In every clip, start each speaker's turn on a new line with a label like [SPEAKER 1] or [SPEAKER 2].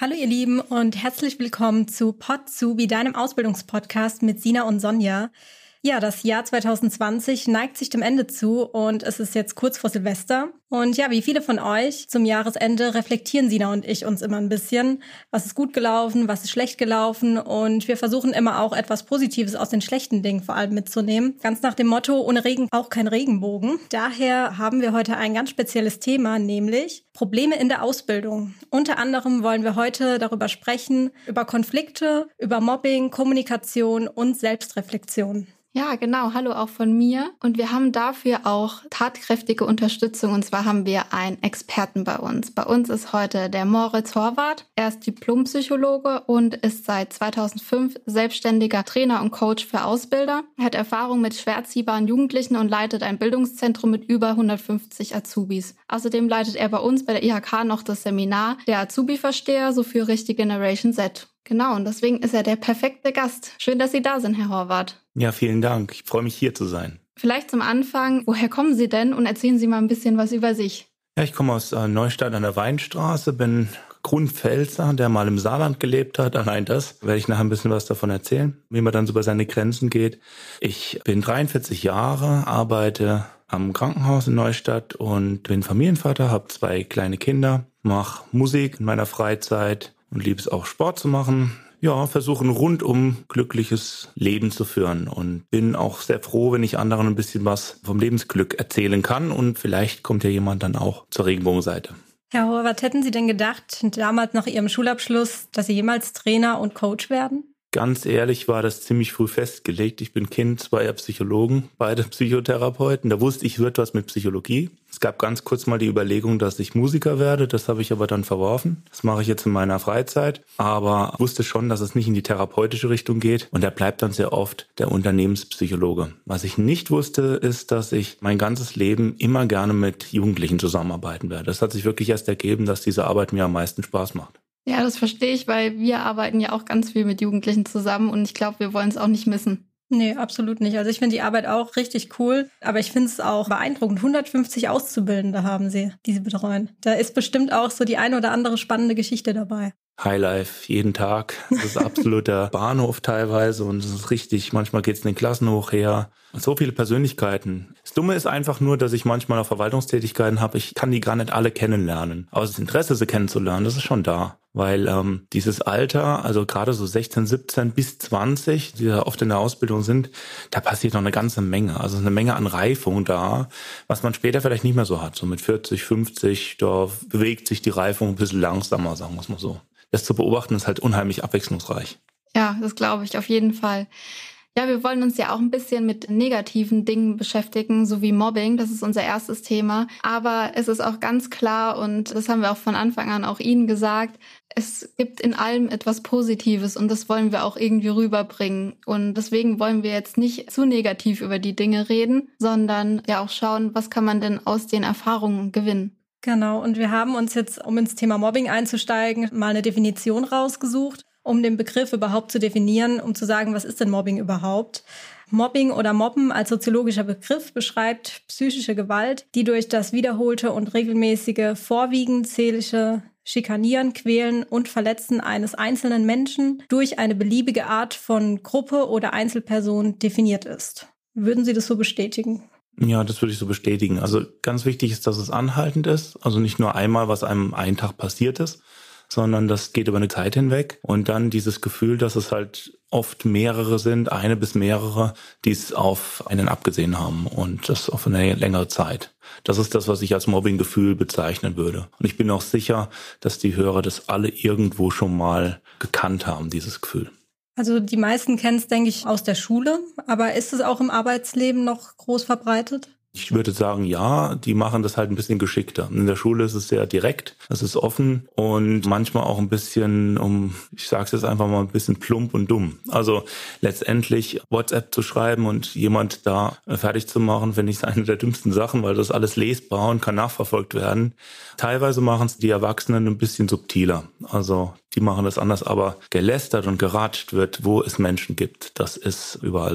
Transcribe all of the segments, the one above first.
[SPEAKER 1] Hallo ihr Lieben und herzlich willkommen zu Podzubi, deinem Ausbildungspodcast mit Sina und Sonja. Ja, das Jahr 2020 neigt sich dem Ende zu und es ist jetzt kurz vor Silvester. Und ja, wie viele von euch zum Jahresende reflektieren Sina und ich uns immer ein bisschen. Was ist gut gelaufen, was ist schlecht gelaufen? Und wir versuchen immer auch etwas Positives aus den schlechten Dingen vor allem mitzunehmen. Ganz nach dem Motto, ohne Regen auch kein Regenbogen. Daher haben wir heute ein ganz spezielles Thema, nämlich Probleme in der Ausbildung. Unter anderem wollen wir heute darüber sprechen, über Konflikte, über Mobbing, Kommunikation und Selbstreflexion.
[SPEAKER 2] Ja, genau. Hallo auch von mir. Und wir haben dafür auch tatkräftige Unterstützung. Und zwar haben wir einen Experten bei uns. Bei uns ist heute der Moritz Horvath. Er ist Diplompsychologe und ist seit 2005 selbstständiger Trainer und Coach für Ausbilder. Er hat Erfahrung mit schwer erziehbaren Jugendlichen und leitet ein Bildungszentrum mit über 150 Azubis. Außerdem leitet er bei uns bei der IHK noch das Seminar der Azubi-Versteher so für richtige Generation Z. Genau, und deswegen ist er der perfekte Gast. Schön, dass Sie da sind, Herr Horvath.
[SPEAKER 3] Ja, vielen Dank. Ich freue mich, hier zu sein.
[SPEAKER 2] Vielleicht zum Anfang, woher kommen Sie denn? Und erzählen Sie mal ein bisschen was über sich.
[SPEAKER 3] Ja, ich komme aus Neustadt an der Weinstraße, bin Grundpfälzer, der mal im Saarland gelebt hat. Allein das werde ich nachher ein bisschen was davon erzählen, wie man dann so über seine Grenzen geht. Ich bin 43 Jahre, arbeite am Krankenhaus in Neustadt und bin Familienvater, habe 2 kleine Kinder, mache Musik in meiner Freizeit und liebe es auch, Sport zu machen. Ja, versuche ein rundum glückliches Leben zu führen und bin auch sehr froh, wenn ich anderen ein bisschen was vom Lebensglück erzählen kann und vielleicht kommt ja jemand dann auch zur Regenbogenseite.
[SPEAKER 1] Herr Horvath, hätten Sie denn gedacht, damals nach Ihrem Schulabschluss, dass Sie jemals Trainer und Coach werden?
[SPEAKER 3] Ganz ehrlich war das ziemlich früh festgelegt. Ich bin Kind zweier Psychologen, beide Psychotherapeuten. Da wusste ich, wird was mit Psychologie. Es gab ganz kurz mal die Überlegung, dass ich Musiker werde. Das habe ich aber dann verworfen. Das mache ich jetzt in meiner Freizeit. Aber wusste schon, dass es nicht in die therapeutische Richtung geht. Und da bleibt dann sehr oft der Unternehmenspsychologe. Was ich nicht wusste, ist, dass ich mein ganzes Leben immer gerne mit Jugendlichen zusammenarbeiten werde. Das hat sich wirklich erst ergeben, dass diese Arbeit mir am meisten Spaß macht.
[SPEAKER 2] Ja, das verstehe ich, weil wir arbeiten ja auch ganz viel mit Jugendlichen zusammen und ich glaube, wir wollen es auch nicht missen.
[SPEAKER 1] Nee, absolut nicht. Also ich finde die Arbeit auch richtig cool, aber ich finde es auch beeindruckend. 150 Auszubildende haben Sie, die Sie betreuen. Da ist bestimmt auch so die eine oder andere spannende Geschichte dabei.
[SPEAKER 3] Highlife jeden Tag. Das ist absoluter Bahnhof teilweise und es ist richtig, manchmal geht es in den Klassen hoch her. So viele Persönlichkeiten. Das Dumme ist einfach nur, dass ich manchmal auch Verwaltungstätigkeiten habe. Ich kann die gar nicht alle kennenlernen. Aber das Interesse, sie kennenzulernen, das ist schon da. Weil dieses Alter, also gerade so 16, 17 bis 20, die ja oft in der Ausbildung sind, da passiert noch eine ganze Menge. Also eine Menge an Reifung da, was man später vielleicht nicht mehr so hat. So mit 40, 50, da bewegt sich die Reifung ein bisschen langsamer, sagen wir es mal so. Das zu beobachten ist halt unheimlich abwechslungsreich.
[SPEAKER 2] Ja, das glaube ich auf jeden Fall. Ja, wir wollen uns ja auch ein bisschen mit negativen Dingen beschäftigen, so wie Mobbing. Das ist unser erstes Thema. Aber es ist auch ganz klar, und das haben wir auch von Anfang an auch Ihnen gesagt, es gibt in allem etwas Positives und das wollen wir auch irgendwie rüberbringen. Und deswegen wollen wir jetzt nicht zu negativ über die Dinge reden, sondern ja auch schauen, was kann man denn aus den Erfahrungen gewinnen.
[SPEAKER 1] Genau, und wir haben uns jetzt, um ins Thema Mobbing einzusteigen, mal eine Definition rausgesucht, um den Begriff überhaupt zu definieren, um zu sagen, was ist denn Mobbing überhaupt? Mobbing oder Mobben als soziologischer Begriff beschreibt psychische Gewalt, die durch das wiederholte und regelmäßige, vorwiegend seelische Schikanieren, Quälen und Verletzen eines einzelnen Menschen durch eine beliebige Art von Gruppe oder Einzelperson definiert ist. Würden Sie das so bestätigen?
[SPEAKER 3] Ja, das würde ich so bestätigen. Also ganz wichtig ist, dass es anhaltend ist. Also nicht nur einmal, was einem einen Tag passiert ist, sondern das geht über eine Zeit hinweg. Und dann dieses Gefühl, dass es halt oft mehrere sind, eine bis mehrere, die es auf einen abgesehen haben und das auf eine längere Zeit. Das ist das, was ich als Mobbinggefühl bezeichnen würde. Und ich bin auch sicher, dass die Hörer das alle irgendwo schon mal gekannt haben, dieses Gefühl.
[SPEAKER 1] Also die meisten kennen es, denke ich, aus der Schule. Aber ist es auch im Arbeitsleben noch groß verbreitet?
[SPEAKER 3] Ich würde sagen, ja, die machen das halt ein bisschen geschickter. In der Schule ist es sehr direkt, es ist offen und manchmal auch ein bisschen, ich sage es jetzt einfach mal, ein bisschen plump und dumm. Also letztendlich WhatsApp zu schreiben und jemand da fertig zu machen, finde ich eine der dümmsten Sachen, weil das alles lesbar und kann nachverfolgt werden. Teilweise machen es die Erwachsenen ein bisschen subtiler. Also die machen das anders, aber gelästert und geratscht wird, wo es Menschen gibt. Das ist überall so.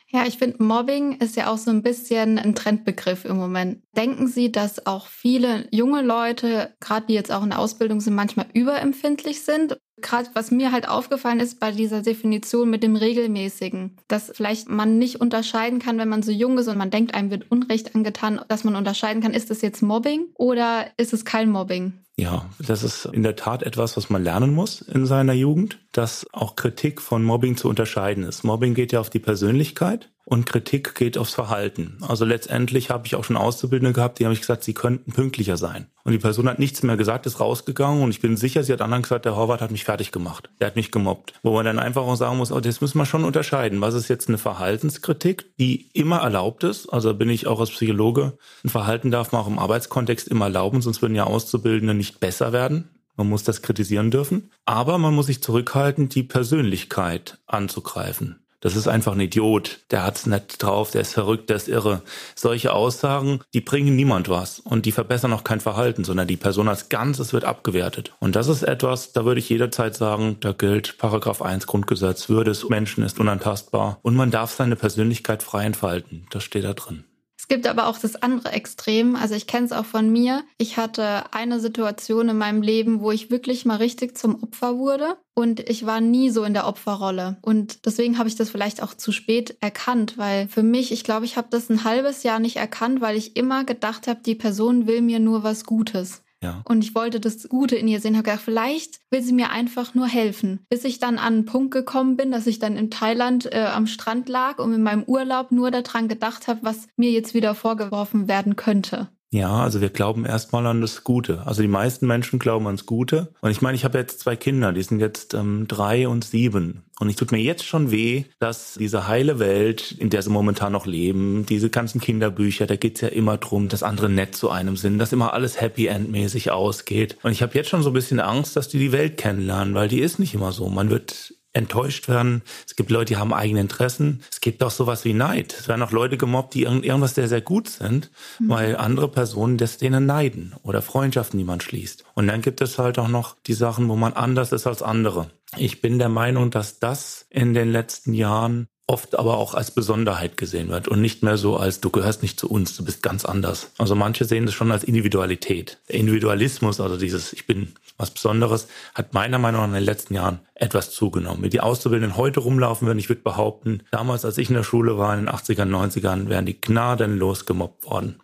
[SPEAKER 2] Ja, ich finde, Mobbing ist ja auch so ein bisschen ein Trendbegriff im Moment. Denken Sie, dass auch viele junge Leute, gerade die jetzt auch in der Ausbildung sind, manchmal überempfindlich sind? Gerade was mir halt aufgefallen ist bei dieser Definition mit dem Regelmäßigen, dass vielleicht man nicht unterscheiden kann, wenn man so jung ist und man denkt, einem wird Unrecht angetan, dass man unterscheiden kann, ist das jetzt Mobbing oder ist es kein Mobbing?
[SPEAKER 3] Ja, das ist in der Tat etwas, was man lernen muss in seiner Jugend, dass auch Kritik von Mobbing zu unterscheiden ist. Mobbing geht ja auf die Persönlichkeit und Kritik geht aufs Verhalten. Also letztendlich habe ich auch schon Auszubildende gehabt, die haben gesagt, sie könnten pünktlicher sein. Und die Person hat nichts mehr gesagt, ist rausgegangen und ich bin sicher, sie hat anderen gesagt, der Horvath hat mich fertig gemacht. Der hat mich gemobbt. Wo man dann einfach auch sagen muss, oh, das müssen wir schon unterscheiden. Was ist jetzt eine Verhaltenskritik, die immer erlaubt ist? Also bin ich auch als Psychologe, ein Verhalten darf man auch im Arbeitskontext immer erlauben, sonst würden ja Auszubildende nicht besser werden. Man muss das kritisieren dürfen. Aber man muss sich zurückhalten, die Persönlichkeit anzugreifen. Das ist einfach ein Idiot, der hat's nicht drauf, der ist verrückt, der ist irre. Solche Aussagen, die bringen niemand was und die verbessern auch kein Verhalten, sondern die Person als Ganzes wird abgewertet. Und das ist etwas, da würde ich jederzeit sagen, da gilt Paragraph 1 Grundgesetz, Würde des Menschen ist unantastbar und man darf seine Persönlichkeit frei entfalten. Das steht da drin.
[SPEAKER 2] Es gibt aber auch das andere Extrem. Also ich kenne es auch von mir. Ich hatte eine Situation in meinem Leben, wo ich wirklich mal richtig zum Opfer wurde. Und ich war nie so in der Opferrolle. Und deswegen habe ich das vielleicht auch zu spät erkannt. Weil für mich, ich glaube, ich habe das ein halbes Jahr nicht erkannt, weil ich immer gedacht habe, die Person will mir nur was Gutes.
[SPEAKER 3] Ja.
[SPEAKER 2] Und ich wollte das Gute in ihr sehen, habe gedacht, vielleicht will sie mir einfach nur helfen. Bis ich dann an einen Punkt gekommen bin, dass ich dann in Thailand am Strand lag und in meinem Urlaub nur daran gedacht habe, was mir jetzt wieder vorgeworfen werden könnte.
[SPEAKER 3] Ja, also wir glauben erstmal an das Gute. Also die meisten Menschen glauben ans Gute. Und ich meine, ich habe jetzt 2 Kinder, die sind jetzt 3 und 7. Und es tut mir jetzt schon weh, dass diese heile Welt, in der sie momentan noch leben, diese ganzen Kinderbücher, da geht's ja immer drum, dass andere nett zu einem sind, dass immer alles Happy End-mäßig ausgeht. Und ich habe jetzt schon so ein bisschen Angst, dass die Welt kennenlernen, weil die ist nicht immer so. Man wird enttäuscht werden. Es gibt Leute, die haben eigene Interessen. Es gibt auch sowas wie Neid. Es werden auch Leute gemobbt, die irgendwas sehr, sehr gut sind, weil andere Personen denen neiden oder Freundschaften, die man schließt. Und dann gibt es halt auch noch die Sachen, wo man anders ist als andere. Ich bin der Meinung, dass das in den letzten Jahren oft aber auch als Besonderheit gesehen wird und nicht mehr so als, du gehörst nicht zu uns, du bist ganz anders. Also manche sehen das schon als Individualität. Der Individualismus, also dieses Ich bin was Besonderes, hat meiner Meinung nach in den letzten Jahren etwas zugenommen. Wie die Auszubildenden heute rumlaufen würden, ich würde behaupten, damals, als ich in der Schule war, in den 80ern, 90ern, wären die gnadenlos gemobbt worden.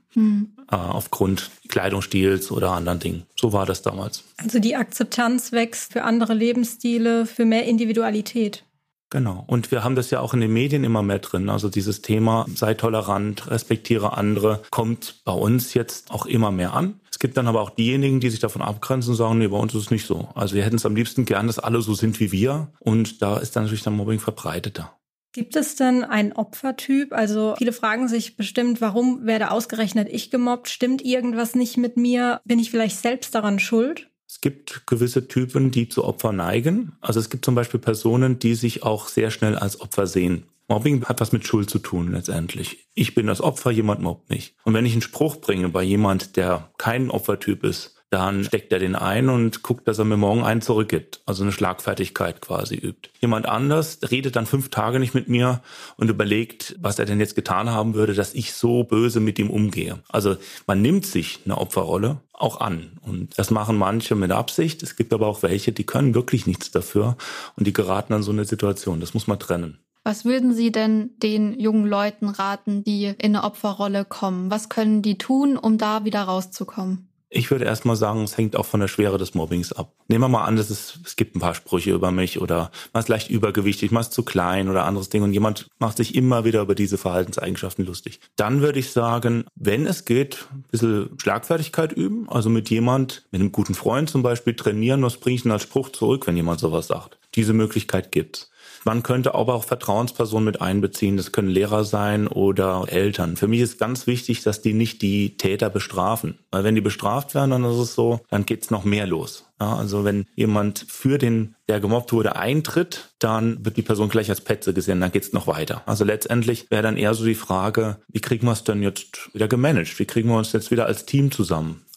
[SPEAKER 3] Aufgrund Kleidungsstils oder anderen Dingen. So war das damals.
[SPEAKER 1] Also die Akzeptanz wächst für andere Lebensstile, für mehr Individualität.
[SPEAKER 3] Genau. Und wir haben das ja auch in den Medien immer mehr drin. Also dieses Thema, sei tolerant, respektiere andere, kommt bei uns jetzt auch immer mehr an. Es gibt dann aber auch diejenigen, die sich davon abgrenzen und sagen, nee, bei uns ist es nicht so. Also wir hätten es am liebsten gern, dass alle so sind wie wir. Und da ist dann natürlich dann Mobbing verbreiteter.
[SPEAKER 1] Gibt es denn einen Opfertyp? Also viele fragen sich bestimmt, warum werde ausgerechnet ich gemobbt? Stimmt irgendwas nicht mit mir? Bin ich vielleicht selbst daran schuld?
[SPEAKER 3] Es gibt gewisse Typen, die zu Opfer neigen. Also es gibt zum Beispiel Personen, die sich auch sehr schnell als Opfer sehen. Mobbing hat was mit Schuld zu tun letztendlich. Ich bin das Opfer, jemand mobbt mich. Und wenn ich einen Spruch bringe bei jemand, der kein Opfertyp ist, dann steckt er den ein und guckt, dass er mir morgen einen zurückgibt. Also eine Schlagfertigkeit quasi übt. Jemand anders redet dann 5 Tage nicht mit mir und überlegt, was er denn jetzt getan haben würde, dass ich so böse mit ihm umgehe. Also man nimmt sich eine Opferrolle auch an. Und das machen manche mit Absicht. Es gibt aber auch welche, die können wirklich nichts dafür und die geraten an so eine Situation. Das muss man trennen.
[SPEAKER 2] Was würden Sie denn den jungen Leuten raten, die in eine Opferrolle kommen? Was können die tun, um da wieder rauszukommen?
[SPEAKER 3] Ich würde erstmal sagen, es hängt auch von der Schwere des Mobbings ab. Nehmen wir mal an, es gibt ein paar Sprüche über mich oder man ist leicht übergewichtig, man ist zu klein oder anderes Ding und jemand macht sich immer wieder über diese Verhaltenseigenschaften lustig. Dann würde ich sagen, wenn es geht, ein bisschen Schlagfertigkeit üben, also mit einem guten Freund zum Beispiel trainieren, was bringe ich denn als Spruch zurück, wenn jemand sowas sagt. Diese Möglichkeit gibt's. Man könnte aber auch Vertrauenspersonen mit einbeziehen. Das können Lehrer sein oder Eltern. Für mich ist ganz wichtig, dass die nicht die Täter bestrafen. Weil wenn die bestraft werden, dann ist es so, dann geht's noch mehr los. Ja, also wenn jemand für den, der gemobbt wurde, eintritt, dann wird die Person gleich als Petze gesehen, dann geht's noch weiter. Also letztendlich wäre dann eher so die Frage, wie kriegen wir es denn jetzt wieder gemanagt? Wie kriegen wir uns jetzt wieder als Team zusammen?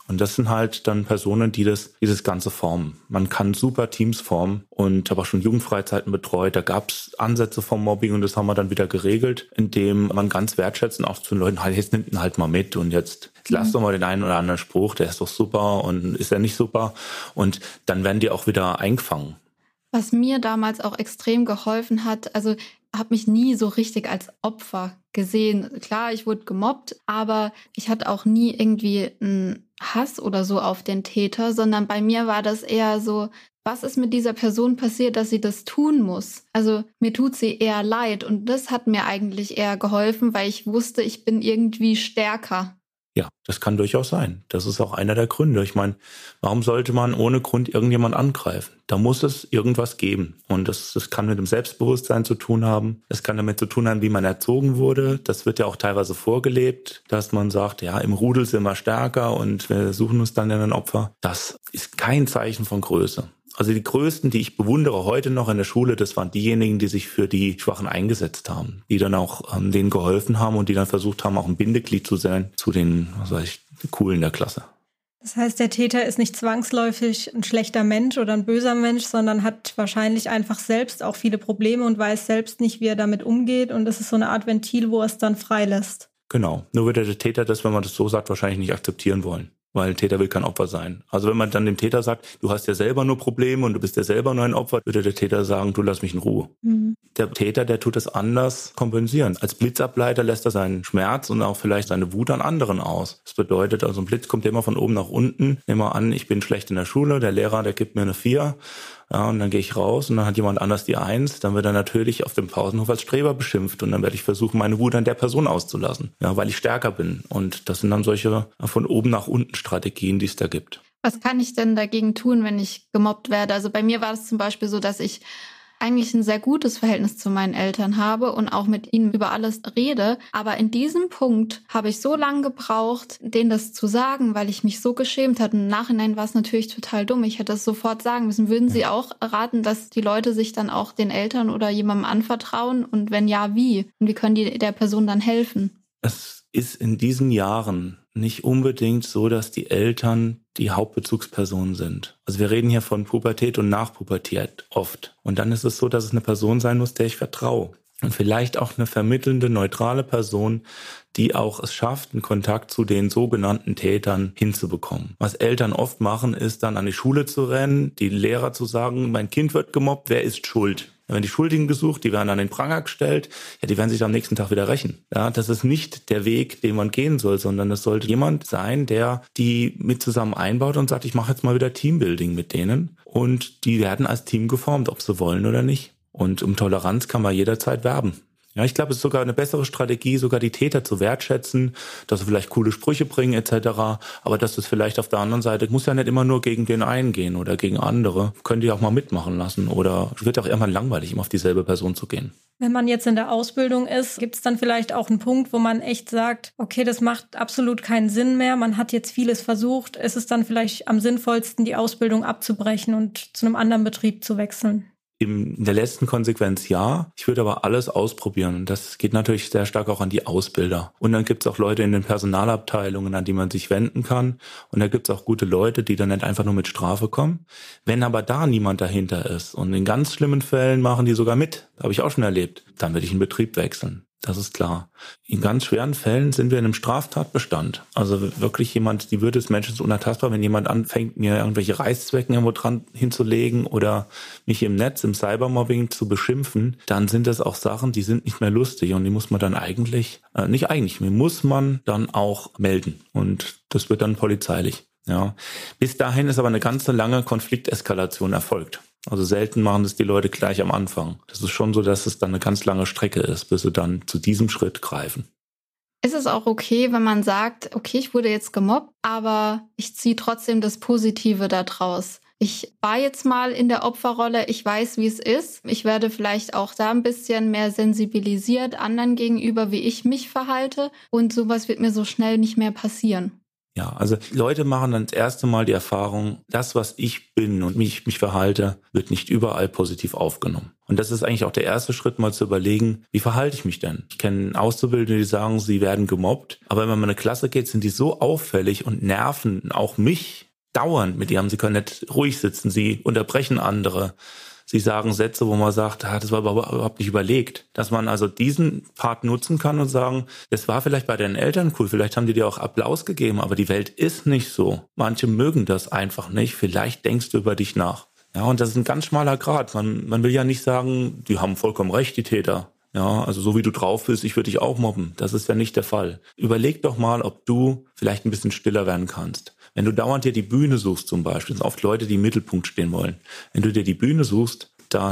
[SPEAKER 3] Und das sind halt dann Personen, die dieses Ganze formen. Man kann super Teams formen und habe auch schon Jugendfreizeiten betreut. Da gab es Ansätze vom Mobbing und das haben wir dann wieder geregelt, indem man ganz wertschätzend auch zu den Leuten, jetzt nimmt ihn halt mal mit und jetzt lass doch mal den einen oder anderen Spruch, der ist doch super und ist er nicht super. Und dann werden die auch wieder eingefangen.
[SPEAKER 2] Was mir damals auch extrem geholfen hat, also habe mich nie so richtig als Opfer gesehen. Klar, ich wurde gemobbt, aber ich hatte auch nie irgendwie einen Hass oder so auf den Täter, sondern bei mir war das eher so, was ist mit dieser Person passiert, dass sie das tun muss? Also mir tut sie eher leid und das hat mir eigentlich eher geholfen, weil ich wusste, ich bin irgendwie stärker.
[SPEAKER 3] Ja, das kann durchaus sein. Das ist auch einer der Gründe. Ich meine, warum sollte man ohne Grund irgendjemand angreifen? Da muss es irgendwas geben. Und das kann mit dem Selbstbewusstsein zu tun haben. Es kann damit zu tun haben, wie man erzogen wurde. Das wird ja auch teilweise vorgelebt, dass man sagt, ja, im Rudel sind wir stärker und wir suchen uns dann ein Opfer. Das ist kein Zeichen von Größe. Also die Größten, die ich bewundere heute noch in der Schule, das waren diejenigen, die sich für die Schwachen eingesetzt haben, die dann auch denen geholfen haben und die dann versucht haben, auch ein Bindeglied zu sein zu den, Coolen der Klasse.
[SPEAKER 1] Das heißt, der Täter ist nicht zwangsläufig ein schlechter Mensch oder ein böser Mensch, sondern hat wahrscheinlich einfach selbst auch viele Probleme und weiß selbst nicht, wie er damit umgeht. Und das ist so eine Art Ventil, wo er es dann freilässt.
[SPEAKER 3] Genau. Nur würde der Täter das, wenn man das so sagt, wahrscheinlich nicht akzeptieren wollen. Weil ein Täter will kein Opfer sein. Also wenn man dann dem Täter sagt, du hast ja selber nur Probleme und du bist ja selber nur ein Opfer, würde der Täter sagen, du lass mich in Ruhe. Mhm. Der Täter, der tut das anders kompensieren. Als Blitzableiter lässt er seinen Schmerz und auch vielleicht seine Wut an anderen aus. Das bedeutet, also ein Blitz kommt immer von oben nach unten. Nehmen wir an, ich bin schlecht in der Schule, der Lehrer, der gibt mir eine 4. Ja, und dann gehe ich raus und dann hat jemand anders die 1, dann wird er natürlich auf dem Pausenhof als Streber beschimpft und dann werde ich versuchen, meine Wut an der Person auszulassen, ja, weil ich stärker bin. Und das sind dann solche von oben nach unten Strategien, die es da gibt.
[SPEAKER 2] Was kann ich denn dagegen tun, wenn ich gemobbt werde? Also bei mir war es zum Beispiel so, dass ich eigentlich ein sehr gutes Verhältnis zu meinen Eltern habe und auch mit ihnen über alles rede. Aber in diesem Punkt habe ich so lange gebraucht, denen das zu sagen, weil ich mich so geschämt hatte. Im Nachhinein war es natürlich total dumm. Ich hätte es sofort sagen müssen. Würden Sie auch raten, dass die Leute sich dann auch den Eltern oder jemandem anvertrauen? Und wenn ja, wie? Und wie können die der Person dann helfen?
[SPEAKER 3] Es ist in diesen Jahren nicht unbedingt so, dass die Eltern die Hauptbezugspersonen sind. Also wir reden hier von Pubertät und Nachpubertät oft. Und dann ist es so, dass es eine Person sein muss, der ich vertraue. Und vielleicht auch eine vermittelnde, neutrale Person, die auch es schafft, einen Kontakt zu den sogenannten Tätern hinzubekommen. Was Eltern oft machen, ist dann an die Schule zu rennen, die Lehrer zu sagen, mein Kind wird gemobbt, wer ist schuld? Da werden die Schuldigen gesucht, die werden an den Pranger gestellt, ja, die werden sich am nächsten Tag wieder rächen. Ja, das ist nicht der Weg, den man gehen soll, sondern es sollte jemand sein, der die mit zusammen einbaut und sagt, ich mache jetzt mal wieder Teambuilding mit denen. Und die werden als Team geformt, ob sie wollen oder nicht. Und um Toleranz kann man jederzeit werben. Ja, ich glaube, es ist sogar eine bessere Strategie, sogar die Täter zu wertschätzen, dass sie vielleicht coole Sprüche bringen etc. Aber dass es vielleicht auf der anderen Seite, muss ja nicht immer nur gegen den einen gehen oder gegen andere. Können die auch mal mitmachen lassen oder es wird auch irgendwann langweilig, immer auf dieselbe Person zu gehen.
[SPEAKER 1] Wenn man jetzt in der Ausbildung ist, gibt es dann vielleicht auch einen Punkt, wo man echt sagt, okay, das macht absolut keinen Sinn mehr. Man hat jetzt vieles versucht. Es ist dann vielleicht am sinnvollsten, die Ausbildung abzubrechen und zu einem anderen Betrieb zu wechseln.
[SPEAKER 3] In der letzten Konsequenz ja. Ich würde aber alles ausprobieren. Und das geht natürlich sehr stark auch an die Ausbilder. Und dann gibt es auch Leute in den Personalabteilungen, an die man sich wenden kann. Und da gibt es auch gute Leute, die dann nicht einfach nur mit Strafe kommen. Wenn aber da niemand dahinter ist und in ganz schlimmen Fällen machen die sogar mit, habe ich auch schon erlebt, dann würde ich einen Betrieb wechseln. Das ist klar. In ganz schweren Fällen sind wir in einem Straftatbestand. Also wirklich jemand, die Würde des Menschen ist unantastbar. Wenn jemand anfängt, mir irgendwelche Reißzwecken irgendwo dran hinzulegen oder mich im Netz, im Cybermobbing zu beschimpfen, dann sind das auch Sachen, die sind nicht mehr lustig und die muss man dann muss man dann auch melden. Und das wird dann polizeilich. Ja. Bis dahin ist aber eine ganze lange Konflikteskalation erfolgt. Also selten machen das die Leute gleich am Anfang. Das ist schon so, dass es dann eine ganz lange Strecke ist, bis sie dann zu diesem Schritt greifen.
[SPEAKER 2] Ist es auch okay, wenn man sagt, okay, ich wurde jetzt gemobbt, aber ich ziehe trotzdem das Positive da draus? Ich war jetzt mal in der Opferrolle, ich weiß, wie es ist. Ich werde vielleicht auch da ein bisschen mehr sensibilisiert anderen gegenüber, wie ich mich verhalte. Und sowas wird mir so schnell nicht mehr passieren.
[SPEAKER 3] Ja, also Leute machen dann das erste Mal die Erfahrung, das, was ich bin und mich verhalte, wird nicht überall positiv aufgenommen. Und das ist eigentlich auch der erste Schritt, mal zu überlegen, wie verhalte ich mich denn? Ich kenne Auszubildende, die sagen, sie werden gemobbt. Aber wenn man in eine Klasse geht, sind die so auffällig und nerven auch mich dauernd mit ihrem, sie können nicht ruhig sitzen, sie unterbrechen andere. Sie sagen Sätze, wo man sagt, das war überhaupt nicht überlegt. Dass man also diesen Part nutzen kann und sagen, das war vielleicht bei deinen Eltern cool, vielleicht haben die dir auch Applaus gegeben, aber die Welt ist nicht so. Manche mögen das einfach nicht, vielleicht denkst du über dich nach. Ja, und das ist ein ganz schmaler Grat. Man will ja nicht sagen, die haben vollkommen recht, die Täter. Ja, also so wie du drauf bist, ich würde dich auch mobben. Das ist ja nicht der Fall. Überleg doch mal, ob du vielleicht ein bisschen stiller werden kannst. Wenn du dauernd dir die Bühne suchst zum Beispiel, das sind oft Leute, die im Mittelpunkt stehen wollen. Wenn du dir die Bühne suchst,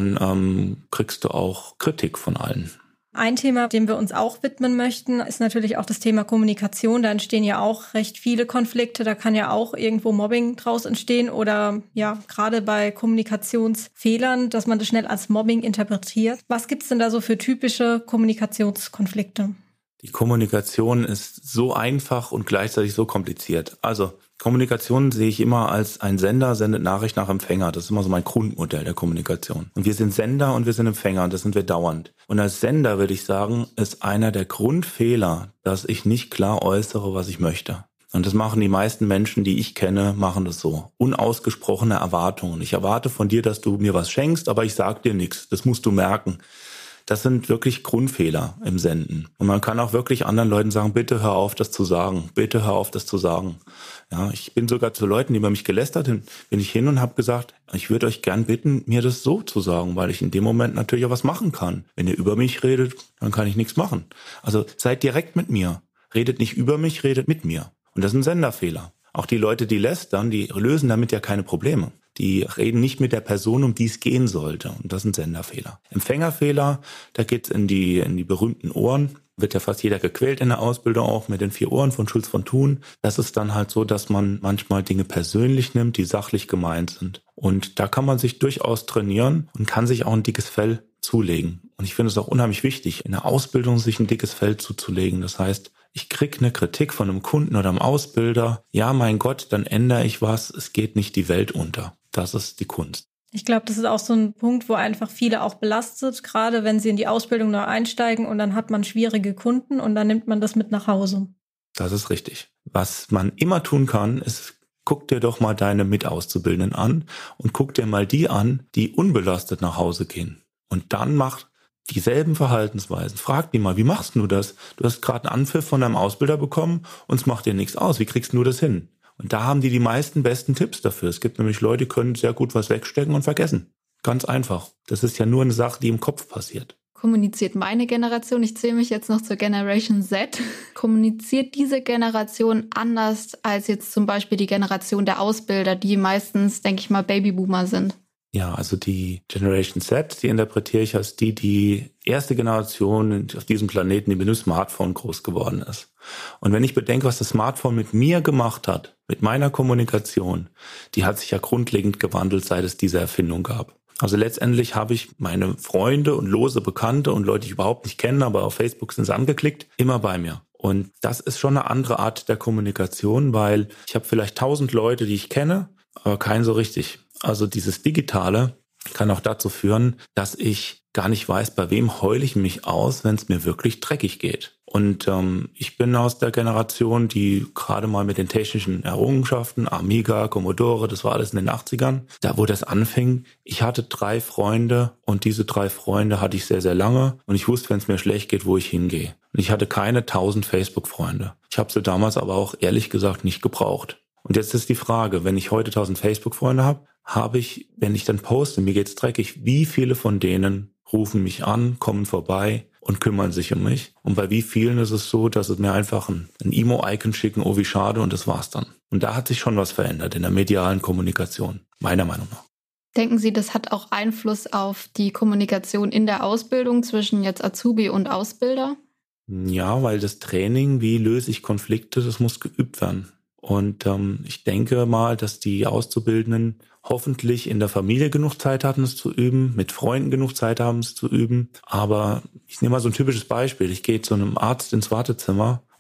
[SPEAKER 3] dann kriegst du auch Kritik von allen.
[SPEAKER 1] Ein Thema, dem wir uns auch widmen möchten, ist natürlich auch das Thema Kommunikation. Da entstehen ja auch recht viele Konflikte. Da kann ja auch irgendwo Mobbing draus entstehen oder ja, gerade bei Kommunikationsfehlern, dass man das schnell als Mobbing interpretiert. Was gibt's denn da so für typische Kommunikationskonflikte?
[SPEAKER 3] Die Kommunikation ist so einfach und gleichzeitig so kompliziert. Also Kommunikation sehe ich immer als ein Sender sendet Nachricht nach Empfänger. Das ist immer so mein Grundmodell der Kommunikation. Und wir sind Sender und wir sind Empfänger und das sind wir dauernd. Und als Sender würde ich sagen, ist einer der Grundfehler, dass ich nicht klar äußere, was ich möchte. Und das machen die meisten Menschen, die ich kenne, machen das so. Unausgesprochene Erwartungen. Ich erwarte von dir, dass du mir was schenkst, aber ich sag dir nichts. Das musst du merken. Das sind wirklich Grundfehler im Senden. Und man kann auch wirklich anderen Leuten sagen, bitte hör auf, das zu sagen. Bitte hör auf, das zu sagen. Ja, ich bin sogar zu Leuten, die über mich gelästert sind, bin ich hin und habe gesagt, ich würde euch gern bitten, mir das so zu sagen, weil ich in dem Moment natürlich auch was machen kann. Wenn ihr über mich redet, dann kann ich nichts machen. Also seid direkt mit mir. Redet nicht über mich, redet mit mir. Und das ist ein Senderfehler. Auch die Leute, die lästern, die lösen damit ja keine Probleme. Die reden nicht mit der Person, um die es gehen sollte. Und das ist ein Senderfehler. Empfängerfehler, da geht's in die berühmten Ohren. Wird ja fast jeder gequält in der Ausbildung auch mit den 4 Ohren von Schulz von Thun. Das ist dann halt so, dass man manchmal Dinge persönlich nimmt, die sachlich gemeint sind. Und da kann man sich durchaus trainieren und kann sich auch ein dickes Fell zulegen. Und ich finde es auch unheimlich wichtig, in der Ausbildung sich ein dickes Fell zuzulegen. Das heißt, ich kriege eine Kritik von einem Kunden oder einem Ausbilder. Ja, mein Gott, dann ändere ich was. Es geht nicht die Welt unter. Das ist die Kunst.
[SPEAKER 1] Ich glaube, das ist auch so ein Punkt, wo einfach viele auch belastet, gerade wenn sie in die Ausbildung neu einsteigen und dann hat man schwierige Kunden und dann nimmt man das mit nach Hause.
[SPEAKER 3] Das ist richtig. Was man immer tun kann, ist, guck dir doch mal deine Mitauszubildenden an und guck dir mal die an, die unbelastet nach Hause gehen. Und dann mach dieselben Verhaltensweisen. Frag die mal, wie machst du das? Du hast gerade einen Anpfiff von deinem Ausbilder bekommen und es macht dir nichts aus. Wie kriegst du das hin? Und da haben die meisten besten Tipps dafür. Es gibt nämlich Leute, die können sehr gut was wegstecken und vergessen. Ganz einfach. Das ist ja nur eine Sache, die im Kopf passiert.
[SPEAKER 2] Kommuniziert meine Generation, ich zähle mich jetzt noch zur Generation Z, kommuniziert diese Generation anders als jetzt zum Beispiel die Generation der Ausbilder, die meistens, denke ich mal, Babyboomer sind?
[SPEAKER 3] Ja, also die Generation Z, die interpretiere ich als die erste Generation auf diesem Planeten, die mit dem Smartphone groß geworden ist. Und wenn ich bedenke, was das Smartphone mit mir gemacht hat, mit meiner Kommunikation, die hat sich ja grundlegend gewandelt, seit es diese Erfindung gab. Also letztendlich habe ich meine Freunde und lose Bekannte und Leute, die ich überhaupt nicht kenne, aber auf Facebook sind sie angeklickt, immer bei mir. Und das ist schon eine andere Art der Kommunikation, weil ich habe vielleicht 1000 Leute, die ich kenne, aber keinen so richtig. Also dieses Digitale kann auch dazu führen, dass ich gar nicht weiß, bei wem heule ich mich aus, wenn es mir wirklich dreckig geht. Und ich bin aus der Generation, die gerade mal mit den technischen Errungenschaften, Amiga, Commodore, das war alles in den 80ern, da wo das anfing, ich hatte 3 Freunde und diese 3 Freunde hatte ich sehr, sehr lange und ich wusste, wenn es mir schlecht geht, wo ich hingehe. Und ich hatte keine 1000 Facebook-Freunde. Ich habe sie damals aber auch ehrlich gesagt nicht gebraucht. Und jetzt ist die Frage, wenn ich heute 1000 Facebook-Freunde habe ich, wenn ich dann poste, mir geht's dreckig, wie viele von denen rufen mich an, kommen vorbei und kümmern sich um mich? Und bei wie vielen ist es so, dass es mir einfach ein Emo-Icon schicken, oh wie schade, und das war's dann. Und da hat sich schon was verändert in der medialen Kommunikation, meiner Meinung nach.
[SPEAKER 2] Denken Sie, das hat auch Einfluss auf die Kommunikation in der Ausbildung zwischen jetzt Azubi und Ausbilder?
[SPEAKER 3] Ja, weil das Training, wie löse ich Konflikte, das muss geübt werden. Und ich denke mal, dass die Auszubildenden hoffentlich in der Familie genug Zeit hatten, es zu üben, mit Freunden genug Zeit haben, es zu üben. Aber ich nehme mal so ein typisches Beispiel. Ich gehe zu einem Arzt ins Wartezimmer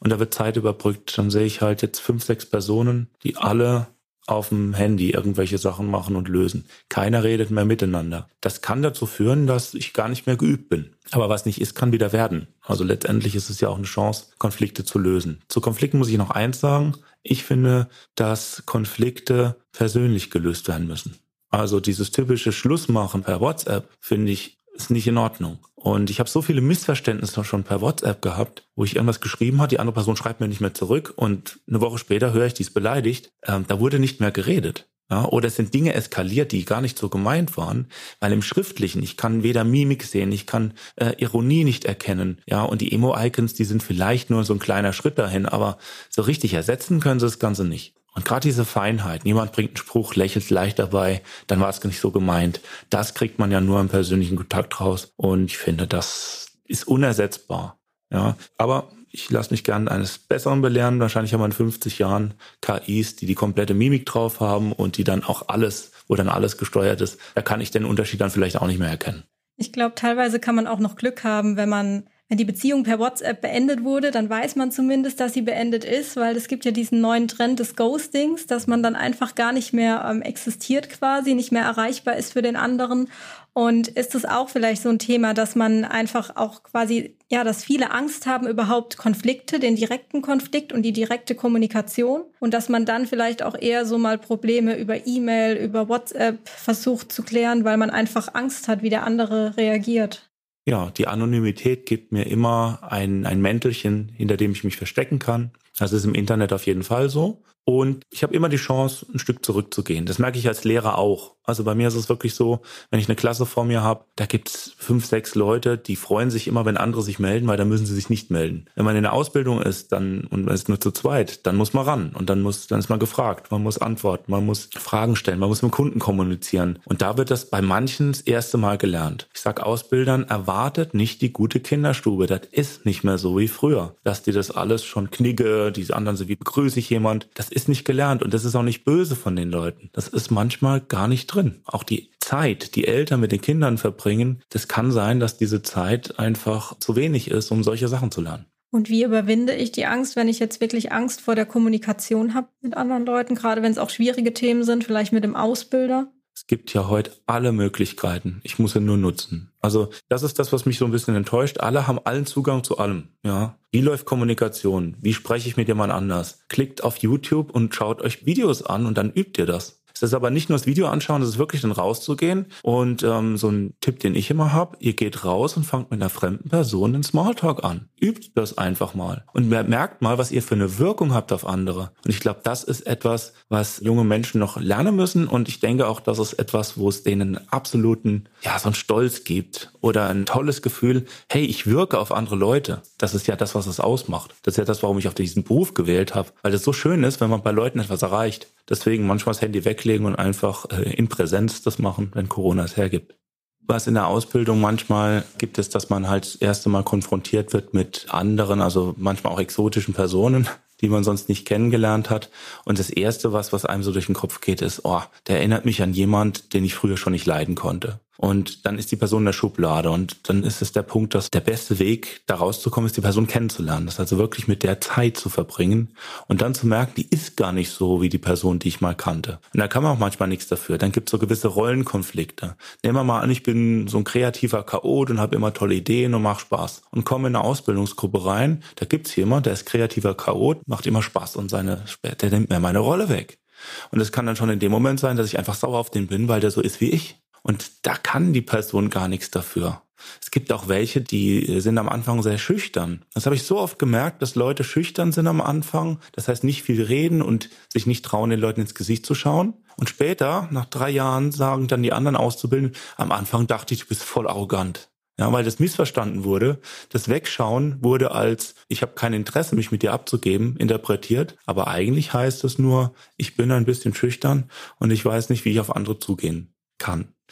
[SPEAKER 3] und da wird Zeit überbrückt, dann sehe ich halt jetzt 5, 6 Personen, die alle auf dem Handy irgendwelche Sachen machen und lösen. Keiner redet mehr miteinander. Das kann dazu führen, dass ich gar nicht mehr geübt bin. Aber was nicht ist, kann wieder werden. Also letztendlich ist es ja auch eine Chance, Konflikte zu lösen. Zu Konflikten muss ich noch eins sagen. Ich finde, dass Konflikte persönlich gelöst werden müssen. Also dieses typische Schlussmachen per WhatsApp, finde ich, ist nicht in Ordnung. Und ich habe so viele Missverständnisse schon per WhatsApp gehabt, wo ich irgendwas geschrieben habe, die andere Person schreibt mir nicht mehr zurück und eine Woche später höre ich, die ist beleidigt. Da wurde nicht mehr geredet. Ja, oder es sind Dinge eskaliert, die gar nicht so gemeint waren, weil im Schriftlichen, ich kann weder Mimik sehen, ich kann Ironie nicht erkennen. Ja, und die Emo-Icons, die sind vielleicht nur so ein kleiner Schritt dahin, aber so richtig ersetzen können sie das Ganze nicht. Und gerade diese Feinheit, jemand bringt einen Spruch, lächelt leicht dabei, dann war es nicht so gemeint. Das kriegt man ja nur im persönlichen Kontakt raus. Und ich finde, das ist unersetzbar. Ja, aber ich lasse mich gern eines Besseren belehren. Wahrscheinlich haben wir in 50 Jahren KIs, die komplette Mimik drauf haben und die dann auch alles, wo dann alles gesteuert ist. Da kann ich den Unterschied dann vielleicht auch nicht mehr erkennen.
[SPEAKER 1] Ich glaube, teilweise kann man auch noch Glück haben, wenn die Beziehung per WhatsApp beendet wurde, dann weiß man zumindest, dass sie beendet ist, weil es gibt ja diesen neuen Trend des Ghostings, dass man dann einfach gar nicht mehr existiert quasi, nicht mehr erreichbar ist für den anderen. Und ist es auch vielleicht so ein Thema, dass man einfach auch quasi, ja, dass viele Angst haben, überhaupt Konflikte, den direkten Konflikt und die direkte Kommunikation und dass man dann vielleicht auch eher so mal Probleme über E-Mail, über WhatsApp versucht zu klären, weil man einfach Angst hat, wie der andere reagiert.
[SPEAKER 3] Ja, die Anonymität gibt mir immer ein Mäntelchen, hinter dem ich mich verstecken kann. Das ist im Internet auf jeden Fall so. Und ich habe immer die Chance, ein Stück zurückzugehen. Das merke ich als Lehrer auch. Also bei mir ist es wirklich so, wenn ich eine Klasse vor mir habe, da gibt's 5, 6 Leute, die freuen sich immer, wenn andere sich melden, weil dann müssen sie sich nicht melden. Wenn man in der Ausbildung ist, und man ist nur zu zweit, dann muss man ran und dann ist man gefragt, man muss antworten, man muss Fragen stellen, man muss mit dem Kunden kommunizieren. Und da wird das bei manchen das erste Mal gelernt. Ich sage Ausbildern, erwartet nicht die gute Kinderstube. Das ist nicht mehr so wie früher, dass die das alles schon knigge, diese anderen so wie begrüße ich jemand. Das ist nicht gelernt und das ist auch nicht böse von den Leuten. Das ist manchmal gar nicht drin. Auch die Zeit, die Eltern mit den Kindern verbringen, das kann sein, dass diese Zeit einfach zu wenig ist, um solche Sachen zu lernen.
[SPEAKER 1] Und wie überwinde ich die Angst, wenn ich jetzt wirklich Angst vor der Kommunikation habe mit anderen Leuten, gerade wenn es auch schwierige Themen sind, vielleicht mit dem Ausbilder?
[SPEAKER 3] Es gibt ja heute alle Möglichkeiten. Ich muss sie nur nutzen. Also das ist das, was mich so ein bisschen enttäuscht. Alle haben allen Zugang zu allem. Ja. Wie läuft Kommunikation? Wie spreche ich mit jemand anders? Klickt auf YouTube und schaut euch Videos an und dann übt ihr das. Es ist aber nicht nur das Video anschauen, es ist wirklich dann rauszugehen. Und so ein Tipp, den ich immer habe, ihr geht raus und fangt mit einer fremden Person den Smalltalk an. Übt das einfach mal. Und merkt mal, was ihr für eine Wirkung habt auf andere. Und ich glaube, das ist etwas, was junge Menschen noch lernen müssen. Und ich denke auch, das ist etwas, wo es denen absoluten, ja, so einen Stolz gibt. Oder ein tolles Gefühl, hey, ich wirke auf andere Leute. Das ist ja das, was es ausmacht. Das ist ja das, warum ich auf diesen Beruf gewählt habe. Weil das so schön ist, wenn man bei Leuten etwas erreicht. Deswegen manchmal das Handy weglegen und einfach in Präsenz das machen, wenn Corona es hergibt. Was in der Ausbildung manchmal gibt, ist, dass man halt das erste Mal konfrontiert wird mit anderen, also manchmal auch exotischen Personen, die man sonst nicht kennengelernt hat. Und das Erste, was einem so durch den Kopf geht, ist, der erinnert mich an jemand, den ich früher schon nicht leiden konnte. Und dann ist die Person in der Schublade. Und dann ist es der Punkt, dass der beste Weg, da rauszukommen, ist, die Person kennenzulernen. Das also wirklich mit der Zeit zu verbringen und dann zu merken, die ist gar nicht so wie die Person, die ich mal kannte. Und da kann man auch manchmal nichts dafür. Dann gibt es so gewisse Rollenkonflikte. Nehmen wir mal an, ich bin so ein kreativer Chaot und habe immer tolle Ideen und mache Spaß. Und komme in eine Ausbildungsgruppe rein, da gibt's jemand, der ist kreativer Chaot, macht immer Spaß und der nimmt mir meine Rolle weg. Und es kann dann schon in dem Moment sein, dass ich einfach sauer auf den bin, weil der so ist wie ich. Und da kann die Person gar nichts dafür. Es gibt auch welche, die sind am Anfang sehr schüchtern. Das habe ich so oft gemerkt, dass Leute schüchtern sind am Anfang. Das heißt, nicht viel reden und sich nicht trauen, den Leuten ins Gesicht zu schauen. Und später, nach 3 Jahren, sagen dann die anderen Auszubildenden, am Anfang dachte ich, du bist voll arrogant. Ja, weil das missverstanden wurde. Das Wegschauen wurde als, ich habe kein Interesse, mich mit dir abzugeben, interpretiert. Aber eigentlich heißt es nur, ich bin ein bisschen schüchtern und ich weiß nicht, wie ich auf andere zugehen kann.